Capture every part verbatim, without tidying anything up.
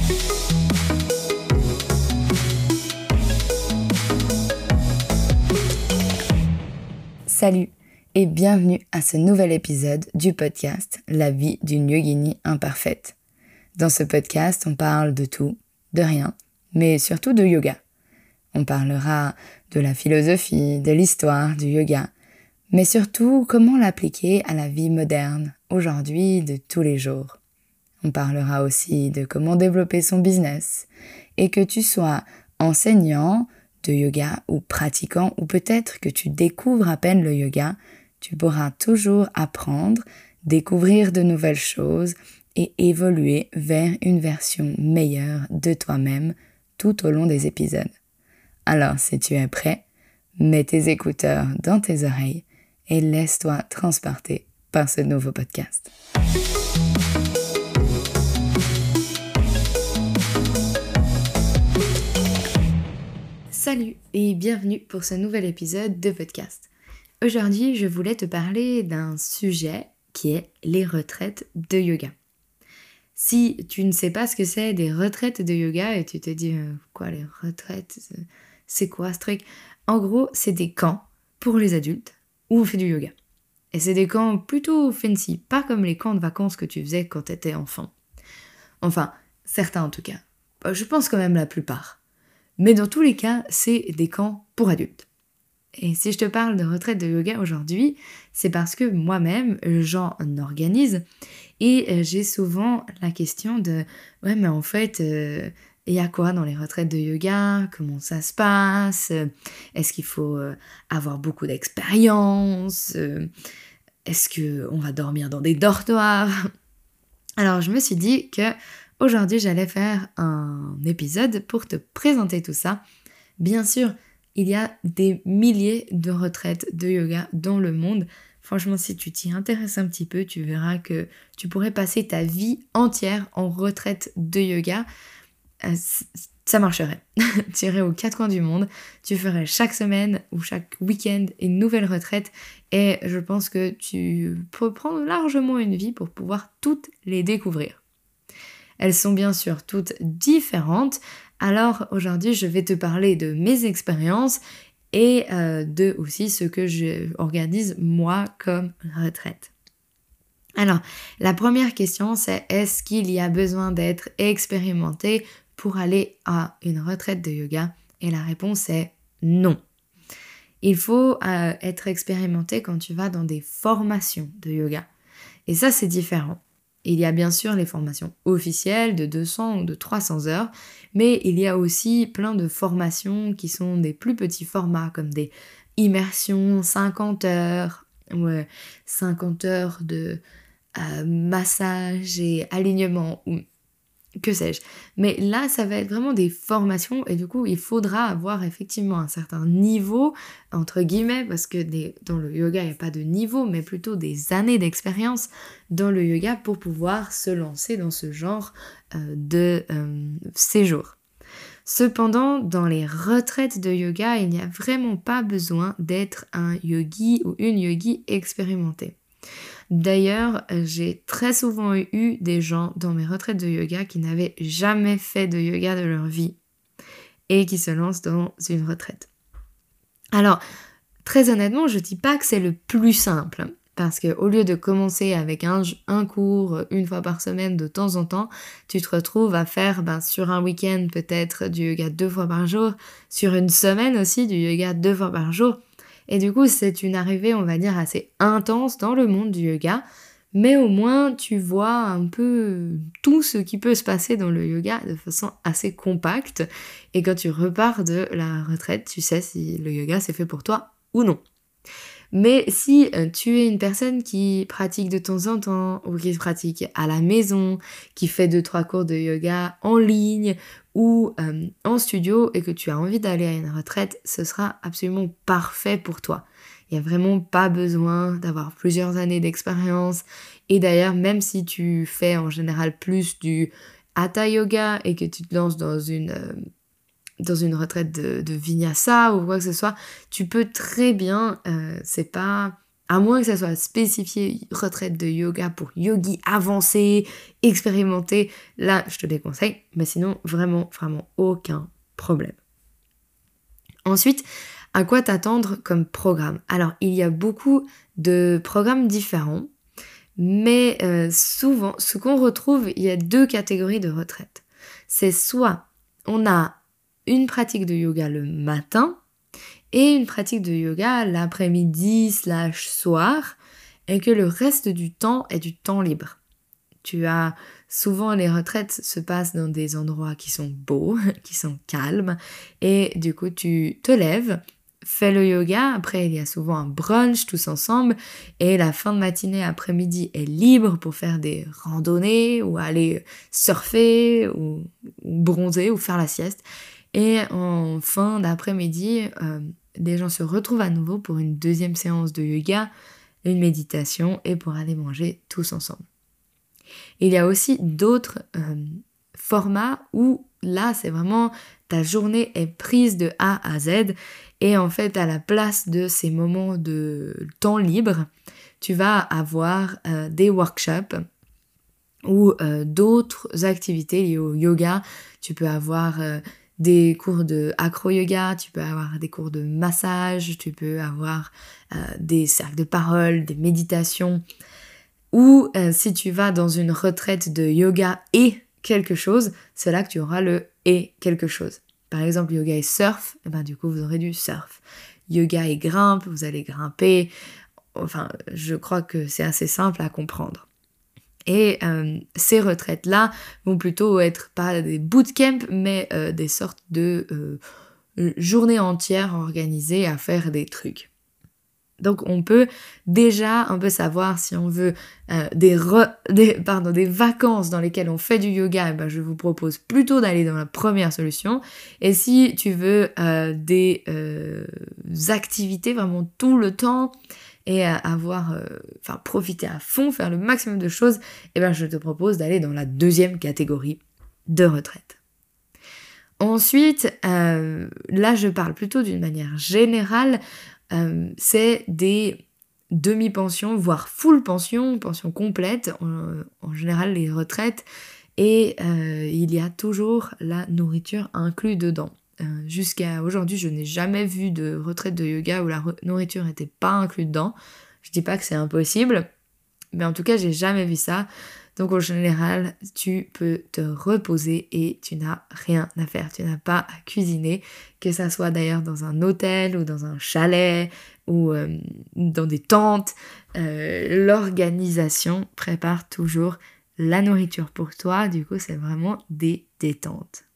Salut et bienvenue à ce nouvel épisode du podcast La vie d'une yogini imparfaite. Dans ce podcast, on parle de tout, de rien, mais surtout de yoga. On parlera de la philosophie, de l'histoire du yoga, mais surtout comment l'appliquer à la vie moderne, aujourd'hui, de tous les jours. On parlera aussi de comment développer son business et que tu sois enseignant de yoga ou pratiquant ou peut-être que tu découvres à peine le yoga, tu pourras toujours apprendre, découvrir de nouvelles choses et évoluer vers une version meilleure de toi-même tout au long des épisodes. Alors si tu es prêt, mets tes écouteurs dans tes oreilles et laisse-toi transporter par ce nouveau podcast. Salut et bienvenue pour ce nouvel épisode de podcast. Aujourd'hui, je voulais te parler d'un sujet qui est les retraites de yoga. Si tu ne sais pas ce que c'est des retraites de yoga et tu te dis euh, quoi les retraites, c'est quoi ce truc ? En gros, c'est des camps pour les adultes où on fait du yoga. Et c'est des camps plutôt fancy, pas comme les camps de vacances que tu faisais quand tu étais enfant. Enfin, certains en tout cas. Je pense quand même la plupart. Mais dans tous les cas, c'est des camps pour adultes. Et si je te parle de retraite de yoga aujourd'hui, c'est parce que moi-même, j'en organise et j'ai souvent la question de « Ouais, mais en fait, il euh, y a quoi dans les retraites de yoga ? Comment ça se passe ? Est-ce qu'il faut euh, avoir beaucoup d'expérience ? Est-ce qu'on va dormir dans des dortoirs ?» Alors, je me suis dit que aujourd'hui, j'allais faire un épisode pour te présenter tout ça. Bien sûr, il y a des milliers de retraites de yoga dans le monde. Franchement, si tu t'y intéresses un petit peu, tu verras que tu pourrais passer ta vie entière en retraite de yoga. Euh, ça marcherait. Tu irais aux quatre coins du monde, tu ferais chaque semaine ou chaque week-end une nouvelle retraite et je pense que tu peux prendre largement une vie pour pouvoir toutes les découvrir. Elles sont bien sûr toutes différentes. Alors aujourd'hui, je vais te parler de mes expériences et euh, de aussi ce que j'organise moi comme retraite. Alors, la première question, c'est est-ce qu'il y a besoin d'être expérimenté pour aller à une retraite de yoga ? Et la réponse est non. Il faut euh, être expérimenté quand tu vas dans des formations de yoga. Et ça, c'est différent. Il y a bien sûr les formations officielles de deux cents ou de trois cents heures, mais il y a aussi plein de formations qui sont des plus petits formats, comme des immersions cinquante heures, ouais, cinquante heures de euh, massage et alignement, ou que sais-je. Mais là, ça va être vraiment des formations et du coup, il faudra avoir effectivement un certain niveau, entre guillemets, parce que des, dans le yoga, il n'y a pas de niveau, mais plutôt des années d'expérience dans le yoga pour pouvoir se lancer dans ce genre euh, de euh, séjour. Cependant, dans les retraites de yoga, il n'y a vraiment pas besoin d'être un yogi ou une yogi expérimentée. D'ailleurs, j'ai très souvent eu des gens dans mes retraites de yoga qui n'avaient jamais fait de yoga de leur vie et qui se lancent dans une retraite. Alors, très honnêtement, je ne dis pas que c'est le plus simple parce qu'au lieu de commencer avec un, un cours une fois par semaine de temps en temps, tu te retrouves à faire ben, sur un week-end peut-être du yoga deux fois par jour, sur une semaine aussi du yoga deux fois par jour. Et du coup, c'est une arrivée, on va dire, assez intense dans le monde du yoga, mais au moins, tu vois un peu tout ce qui peut se passer dans le yoga de façon assez compacte. Et quand tu repars de la retraite, tu sais si le yoga c'est fait pour toi ou non. Mais si tu es une personne qui pratique de temps en temps, ou qui pratique à la maison, qui fait deux trois cours de yoga en ligne ou euh, en studio et que tu as envie d'aller à une retraite, ce sera absolument parfait pour toi. Il n'y a vraiment pas besoin d'avoir plusieurs années d'expérience. Et d'ailleurs, même si tu fais en général plus du hatha yoga et que tu te lances dans une... Euh, dans une retraite de, de vinyasa ou quoi que ce soit, tu peux très bien, euh, c'est pas À moins que ça soit spécifié retraite de yoga pour yogi avancé, expérimenté, là je te déconseille, mais sinon vraiment, vraiment aucun problème. Ensuite, à quoi t'attendre comme programme? Alors, il y a beaucoup de programmes différents, mais euh, souvent, ce qu'on retrouve, il y a deux catégories de retraite. C'est soit on a une pratique de yoga le matin et une pratique de yoga l'après-midi slash soir, et que le reste du temps est du temps libre. Tu as souvent les retraites se passent dans des endroits qui sont beaux, qui sont calmes, et du coup tu te lèves, fais le yoga, après il y a souvent un brunch tous ensemble, et la fin de matinée après-midi est libre pour faire des randonnées, ou aller surfer, ou, ou bronzer, ou faire la sieste. Et en fin d'après-midi, euh, les gens se retrouvent à nouveau pour une deuxième séance de yoga, une méditation, et pour aller manger tous ensemble. Il y a aussi d'autres euh, formats où là, c'est vraiment ta journée est prise de A à Z et en fait, à la place de ces moments de temps libre, tu vas avoir euh, des workshops ou euh, d'autres activités liées au yoga. Tu peux avoir euh, des cours de acro-yoga, tu peux avoir des cours de massage, tu peux avoir euh, des cercles de parole, des méditations. Ou euh, si tu vas dans une retraite de yoga et quelque chose, c'est là que tu auras le et quelque chose. Par exemple, yoga et surf, et ben du coup vous aurez du surf. Yoga et grimpe, vous allez grimper. Enfin, je crois que c'est assez simple à comprendre. Et euh, ces retraites-là vont plutôt être pas des bootcamps, mais euh, des sortes de euh, journées entières organisées à faire des trucs. Donc on peut déjà un peu savoir si on veut euh, des, re, des, pardon, des vacances dans lesquelles on fait du yoga, eh ben je vous propose plutôt d'aller dans la première solution. Et si tu veux euh, des euh, activités vraiment tout le temps et euh, avoir, euh, enfin profiter à fond, faire le maximum de choses, eh ben je te propose d'aller dans la deuxième catégorie de retraite. Ensuite, euh, là je parle plutôt d'une manière générale. Euh, c'est des demi-pensions, voire full pension, pension complète, en, en général les retraites, et euh, il y a toujours la nourriture inclue dedans. Euh, jusqu'à aujourd'hui, je n'ai jamais vu de retraite de yoga où la re- nourriture n'était pas inclue dedans. Je dis pas que c'est impossible, mais en tout cas, j'ai jamais vu ça. Donc en général, tu peux te reposer et tu n'as rien à faire. Tu n'as pas à cuisiner, que ça soit d'ailleurs dans un hôtel ou dans un chalet ou euh, dans des tentes. Euh, l'organisation prépare toujours la nourriture pour toi. Du coup, c'est vraiment des détentes.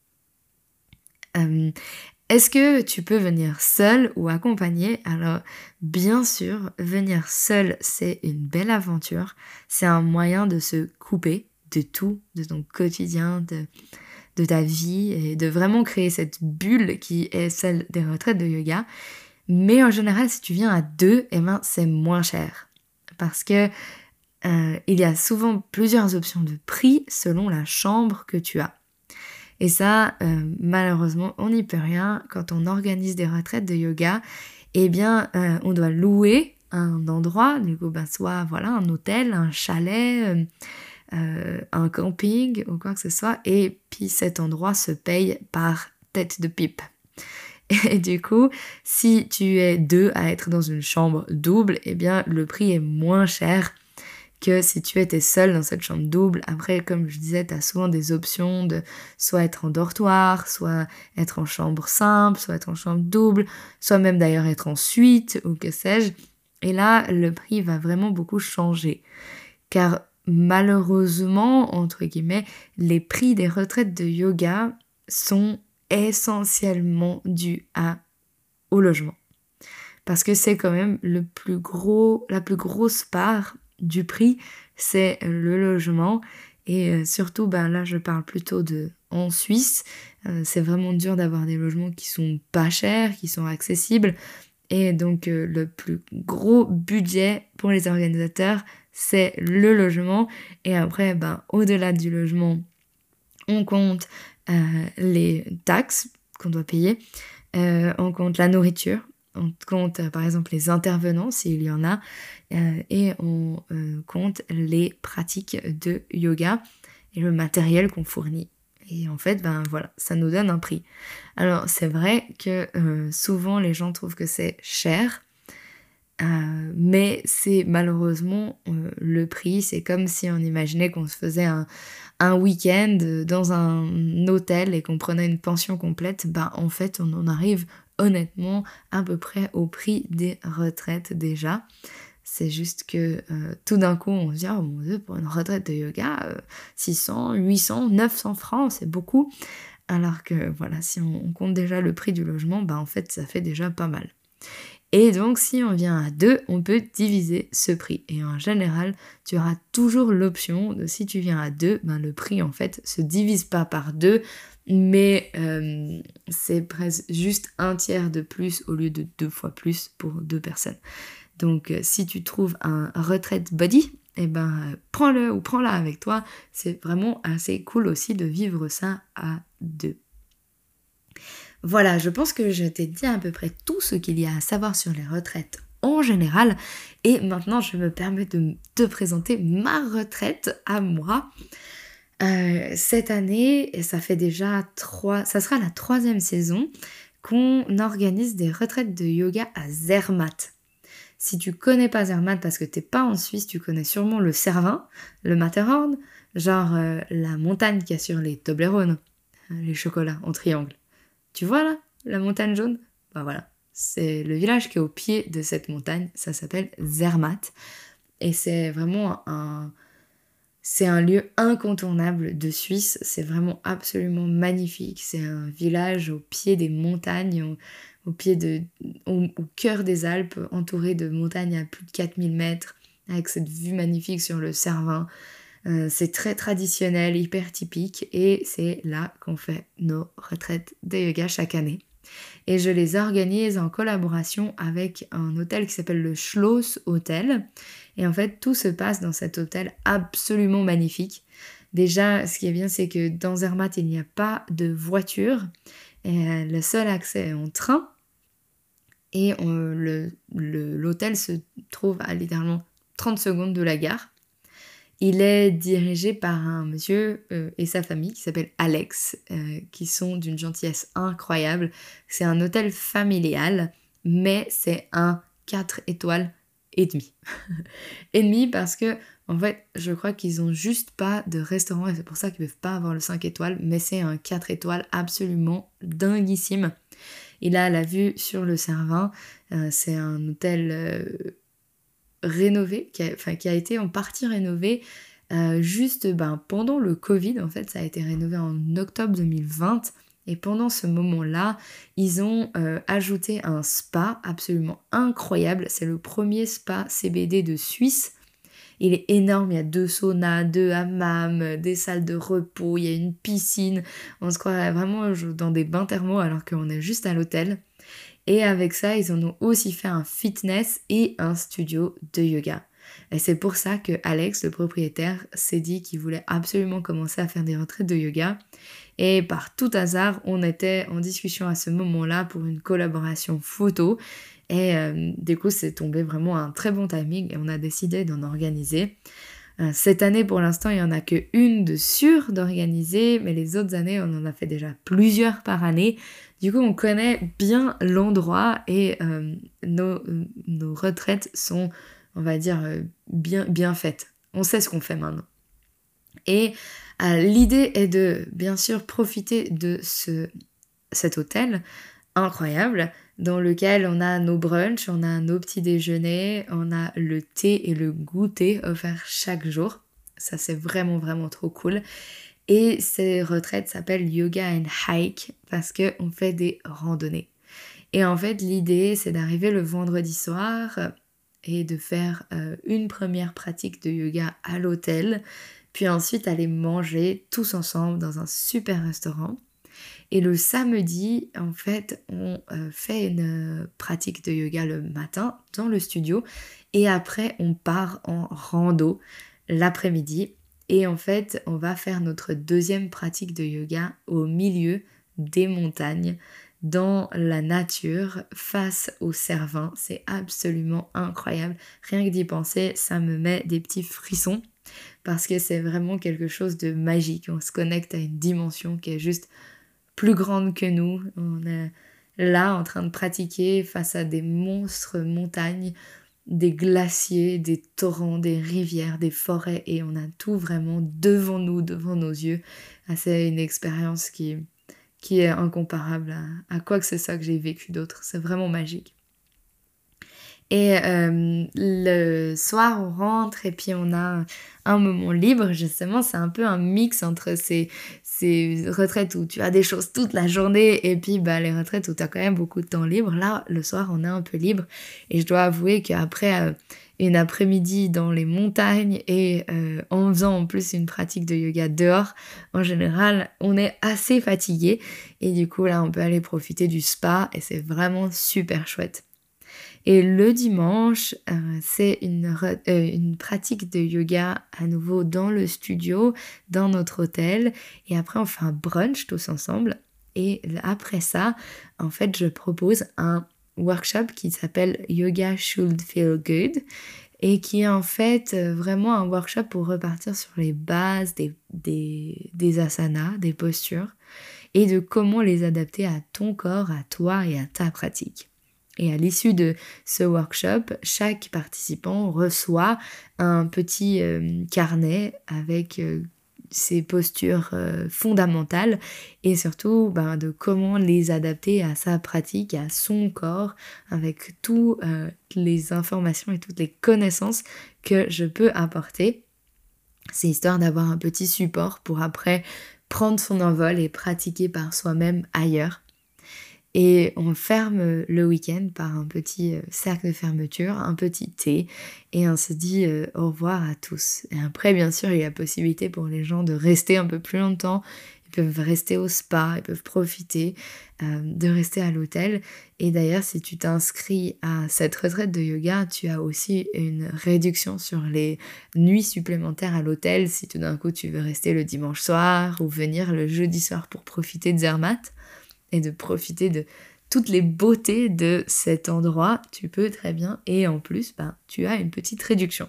Euh, Est-ce que tu peux venir seul ou accompagné? Alors, bien sûr, venir seul, c'est une belle aventure. C'est un moyen de se couper de tout, de ton quotidien, de, de ta vie, et de vraiment créer cette bulle qui est celle des retraites de yoga. Mais en général, si tu viens à deux, eh ben, c'est moins cher. Parce que euh, il y a souvent plusieurs options de prix selon la chambre que tu as. Et ça, euh, malheureusement, on n'y peut rien. Quand on organise des retraites de yoga, eh bien, euh, on doit louer un endroit, du coup, ben, soit voilà, un hôtel, un chalet, euh, euh, un camping ou quoi que ce soit. Et puis cet endroit se paye par tête de pipe. Et du coup, si tu es deux à être dans une chambre double, eh bien, le prix est moins cher que si tu étais seule dans cette chambre double. Après, comme je disais, tu as souvent des options de soit être en dortoir, soit être en chambre simple, soit être en chambre double, soit même d'ailleurs être en suite ou que sais-je. Et là, le prix va vraiment beaucoup changer. Car malheureusement, entre guillemets, les prix des retraites de yoga sont essentiellement dus à, au logement. Parce que c'est quand même le plus gros, la plus grosse part du prix, c'est le logement. Et euh, surtout, ben là, je parle plutôt de en Suisse. Euh, c'est vraiment dur d'avoir des logements qui sont pas chers, qui sont accessibles. Et donc, euh, le plus gros budget pour les organisateurs, c'est le logement. Et après, ben, au-delà du logement, on compte euh, les taxes qu'on doit payer. Euh, on compte la nourriture. on compte euh, par exemple les intervenants s'il y en a, euh, et on euh, compte les pratiques de yoga et le matériel qu'on fournit. Et en fait, ben voilà, ça nous donne un prix. Alors c'est vrai que euh, souvent les gens trouvent que c'est cher, euh, mais c'est malheureusement euh, le prix. C'est comme si on imaginait qu'on se faisait un, un week-end dans un hôtel et qu'on prenait une pension complète. Ben en fait, on en arrive honnêtement à peu près au prix des retraites déjà. C'est juste que euh, tout d'un coup, on se dit « Oh mon Dieu, pour une retraite de yoga, euh, six cents, huit cents, neuf cents francs, c'est beaucoup !» Alors que voilà, si on, on compte déjà le prix du logement, bah en fait, ça fait déjà pas mal. Et donc, si on vient à deux, on peut diviser ce prix. Et en général, tu auras toujours l'option de, si tu viens à deux, ben le prix, en fait, se divise pas par deux, mais euh, c'est presque juste un tiers de plus au lieu de deux fois plus pour deux personnes. Donc, euh, si tu trouves un retraite buddy, eh ben, euh, prends-le ou prends-la avec toi. C'est vraiment assez cool aussi de vivre ça à deux. Voilà, je pense que je t'ai dit à peu près tout ce qu'il y a à savoir sur les retraites en général. Et maintenant, je me permets de te présenter ma retraite à moi. Euh, cette année, et ça fait déjà trois... Ça sera la troisième saison qu'on organise des retraites de yoga à Zermatt. Si tu connais pas Zermatt parce que t'es pas en Suisse, tu connais sûrement le Cervin, le Matterhorn, genre euh, la montagne qu'il y a sur les Toblerone, les chocolats en triangle. Tu vois là, la montagne jaune? Bah voilà, c'est le village qui est au pied de cette montagne, ça s'appelle Zermatt. Et c'est vraiment un, c'est un lieu incontournable de Suisse, c'est vraiment absolument magnifique. C'est un village au pied des montagnes, au, au pied de, au, au cœur des Alpes, entouré de montagnes à plus de quatre mille mètres, avec cette vue magnifique sur le Cervin. Euh, c'est très traditionnel, hyper typique, et c'est là qu'on fait nos retraites de yoga chaque année. Et je les organise en collaboration avec un hôtel qui s'appelle le Schloss Hotel. Et en fait, tout se passe dans cet hôtel absolument magnifique. Déjà, ce qui est bien, c'est que dans Zermatt, il n'y a pas de voiture. Et euh, le seul accès est en train. Et on, le, le, l'hôtel se trouve à littéralement trente secondes de la gare. Il est dirigé par un monsieur euh, et sa famille qui s'appelle Alex, euh, qui sont d'une gentillesse incroyable. C'est un hôtel familial, mais c'est un quatre étoiles et demi. et demi parce que, en fait, je crois qu'ils ont juste pas de restaurant et c'est pour ça qu'ils peuvent pas avoir le cinq étoiles, mais c'est un quatre étoiles absolument dinguissime. Il a la vue sur le Cervin, euh, c'est un hôtel... Euh, rénové, qui a, enfin, qui a été en partie rénové euh, juste ben, pendant le Covid. En fait, ça a été rénové en octobre deux mille vingt. Et pendant ce moment-là, ils ont euh, ajouté un spa absolument incroyable. C'est le premier spa C B D de Suisse. Il est énorme, il y a deux saunas, deux hammams, des salles de repos, il y a une piscine. On se croirait vraiment dans des bains thermaux alors qu'on est juste à l'hôtel. Et avec ça, ils en ont aussi fait un fitness et un studio de yoga. Et c'est pour ça que Alex, le propriétaire, s'est dit qu'il voulait absolument commencer à faire des retraites de yoga. Et par tout hasard, on était en discussion à ce moment-là pour une collaboration photo. Et euh, du coup, c'est tombé vraiment à un très bon timing et on a décidé d'en organiser. Euh, cette année, pour l'instant, il n'y en a qu'une de sûre d'organiser, mais les autres années, on en a fait déjà plusieurs par année. Du coup, on connaît bien l'endroit et euh, nos, euh, nos retraites sont, on va dire, euh, bien, bien faites. On sait ce qu'on fait maintenant. Et euh, l'idée est de, bien sûr, profiter de ce, cet hôtel incroyable dans lequel on a nos brunchs, on a nos petits déjeuners, on a le thé et le goûter offerts chaque jour. Ça, c'est vraiment, vraiment trop cool. Et ces retraites s'appellent Yoga and Hike parce qu'on fait des randonnées. Et en fait, l'idée, c'est d'arriver le vendredi soir et de faire euh, une première pratique de yoga à l'hôtel, puis ensuite aller manger tous ensemble dans un super restaurant. Et le samedi, en fait, on euh, fait une pratique de yoga le matin dans le studio et après, on part en rando l'après-midi. Et en fait, on va faire notre deuxième pratique de yoga au milieu des montagnes. dans la nature face aux cervins. C'est absolument incroyable. Rien que d'y penser, ça me met des petits frissons parce que c'est vraiment quelque chose de magique. On se connecte à une dimension qui est juste plus grande que nous. On est là en train de pratiquer face à des monstres montagnes, des glaciers, des torrents, des rivières, des forêts, et on a tout vraiment devant nous, devant nos yeux. Ah, c'est une expérience qui, qui est incomparable à, à quoi que ce soit que j'ai vécu d'autre. C'est vraiment magique. Et euh, le soir, on rentre et puis on a un moment libre. Justement, c'est un peu un mix entre ces, ces retraites où tu as des choses toute la journée et puis bah, les retraites où tu as quand même beaucoup de temps libre. Là, le soir, on est un peu libre. Et je dois avouer qu'après euh, une après-midi dans les montagnes et euh, en faisant en plus une pratique de yoga dehors, en général, on est assez fatigué. Et du coup, là, on peut aller profiter du spa et c'est vraiment super chouette. Et le dimanche, euh, c'est une, re- euh, une pratique de yoga à nouveau dans le studio, dans notre hôtel. Et après, on fait un brunch tous ensemble. Et après ça, en fait, je propose un workshop qui s'appelle Yoga Should Feel Good et qui est en fait euh, vraiment un workshop pour repartir sur les bases des, des, des asanas, des postures et de comment les adapter à ton corps, à toi et à ta pratique. Et à l'issue de ce workshop, chaque participant reçoit un petit euh, carnet avec euh, ses postures euh, fondamentales et surtout ben, de comment les adapter à sa pratique, à son corps, avec toutes euh, les informations et toutes les connaissances que je peux apporter. C'est histoire d'avoir un petit support pour après prendre son envol et pratiquer par soi-même ailleurs. Et on ferme le week-end par un petit cercle de fermeture, un petit thé, et on se dit euh, au revoir à tous. Et après, bien sûr, il y a possibilité pour les gens de rester un peu plus longtemps. Ils peuvent rester au spa, ils peuvent profiter euh, de rester à l'hôtel. Et d'ailleurs, si tu t'inscris à cette retraite de yoga, tu as aussi une réduction sur les nuits supplémentaires à l'hôtel si tout d'un coup tu veux rester le dimanche soir ou venir le jeudi soir pour profiter de Zermatt et de profiter de toutes les beautés de cet endroit, tu peux très bien. Et en plus, ben, tu as une petite réduction.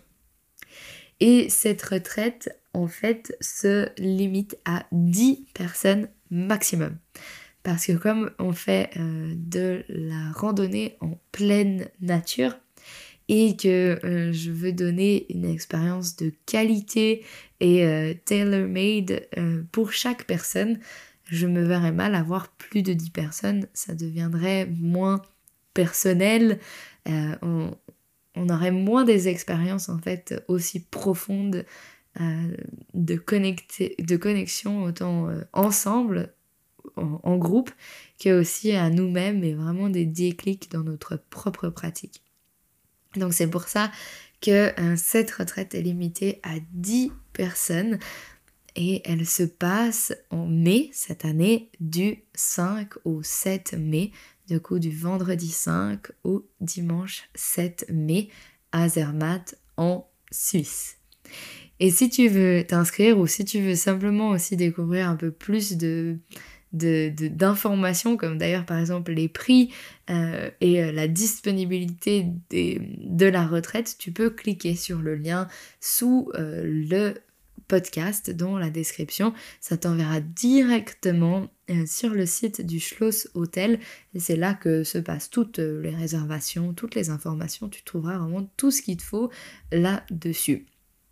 Et cette retraite, en fait, se limite à dix personnes maximum. Parce que comme on fait euh, de la randonnée en pleine nature et que euh, je veux donner une expérience de qualité et euh, tailor-made euh, pour chaque personne, je me verrais mal avoir plus de dix personnes, ça deviendrait moins personnel, euh, on, on aurait moins des expériences en fait aussi profondes euh, de, connecter, de connexion autant euh, ensemble, en, en groupe, que aussi à nous-mêmes et vraiment des déclics dans notre propre pratique. Donc c'est pour ça que euh, cette retraite est limitée à dix personnes. Et elle se passe en mai cette année, du cinq au sept mai, du coup du vendredi cinq au dimanche sept mai à Zermatt en Suisse. Et si tu veux t'inscrire ou si tu veux simplement aussi découvrir un peu plus de, de, de, d'informations, comme d'ailleurs par exemple les prix euh, et euh, la disponibilité des, de la retraite, tu peux cliquer sur le lien sous euh, le podcast dans la description, ça t'enverra directement euh, sur le site du Schloss Hotel et c'est là que se passent toutes les réservations, toutes les informations, tu trouveras vraiment tout ce qu'il te faut là-dessus.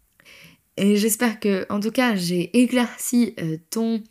Et j'espère que, en tout cas, j'ai éclairci euh, ton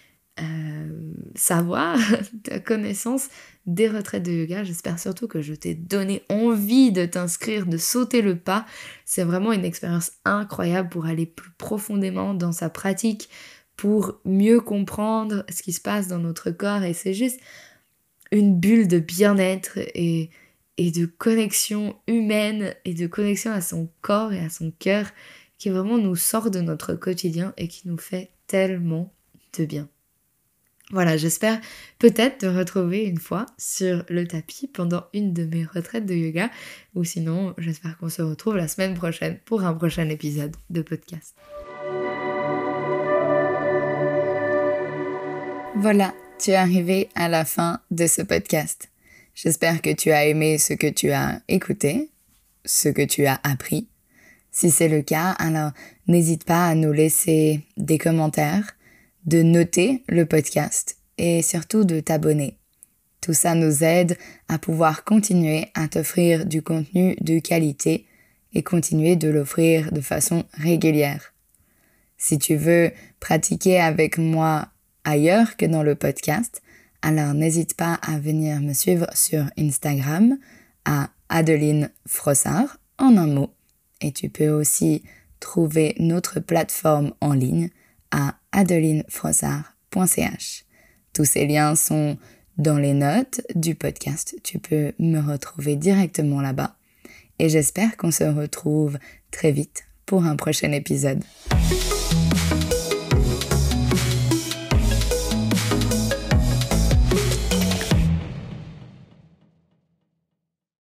euh, savoir, ta connaissance des retraites de yoga. J'espère surtout que je t'ai donné envie de t'inscrire, de sauter le pas. C'est vraiment une expérience incroyable pour aller plus profondément dans sa pratique, pour mieux comprendre ce qui se passe dans notre corps. Et c'est juste une bulle de bien-être et, et de connexion humaine et de connexion à son corps et à son cœur qui vraiment nous sort de notre quotidien et qui nous fait tellement de bien. Voilà, j'espère peut-être te retrouver une fois sur le tapis pendant une de mes retraites de yoga, ou sinon j'espère qu'on se retrouve la semaine prochaine pour un prochain épisode de podcast. Voilà, tu es arrivé à la fin de ce podcast. J'espère que tu as aimé ce que tu as écouté, ce que tu as appris. Si c'est le cas, alors n'hésite pas à nous laisser des commentaires, de noter le podcast et surtout de t'abonner. Tout ça nous aide à pouvoir continuer à t'offrir du contenu de qualité et continuer de l'offrir de façon régulière. Si tu veux pratiquer avec moi ailleurs que dans le podcast, alors n'hésite pas à venir me suivre sur Instagram à Adeline Frossard en un mot. Et tu peux aussi trouver notre plateforme en ligne à adeline frossard point c h. Tous ces liens sont dans les notes du podcast. Tu peux me retrouver directement là-bas. Et j'espère qu'on se retrouve très vite pour un prochain épisode.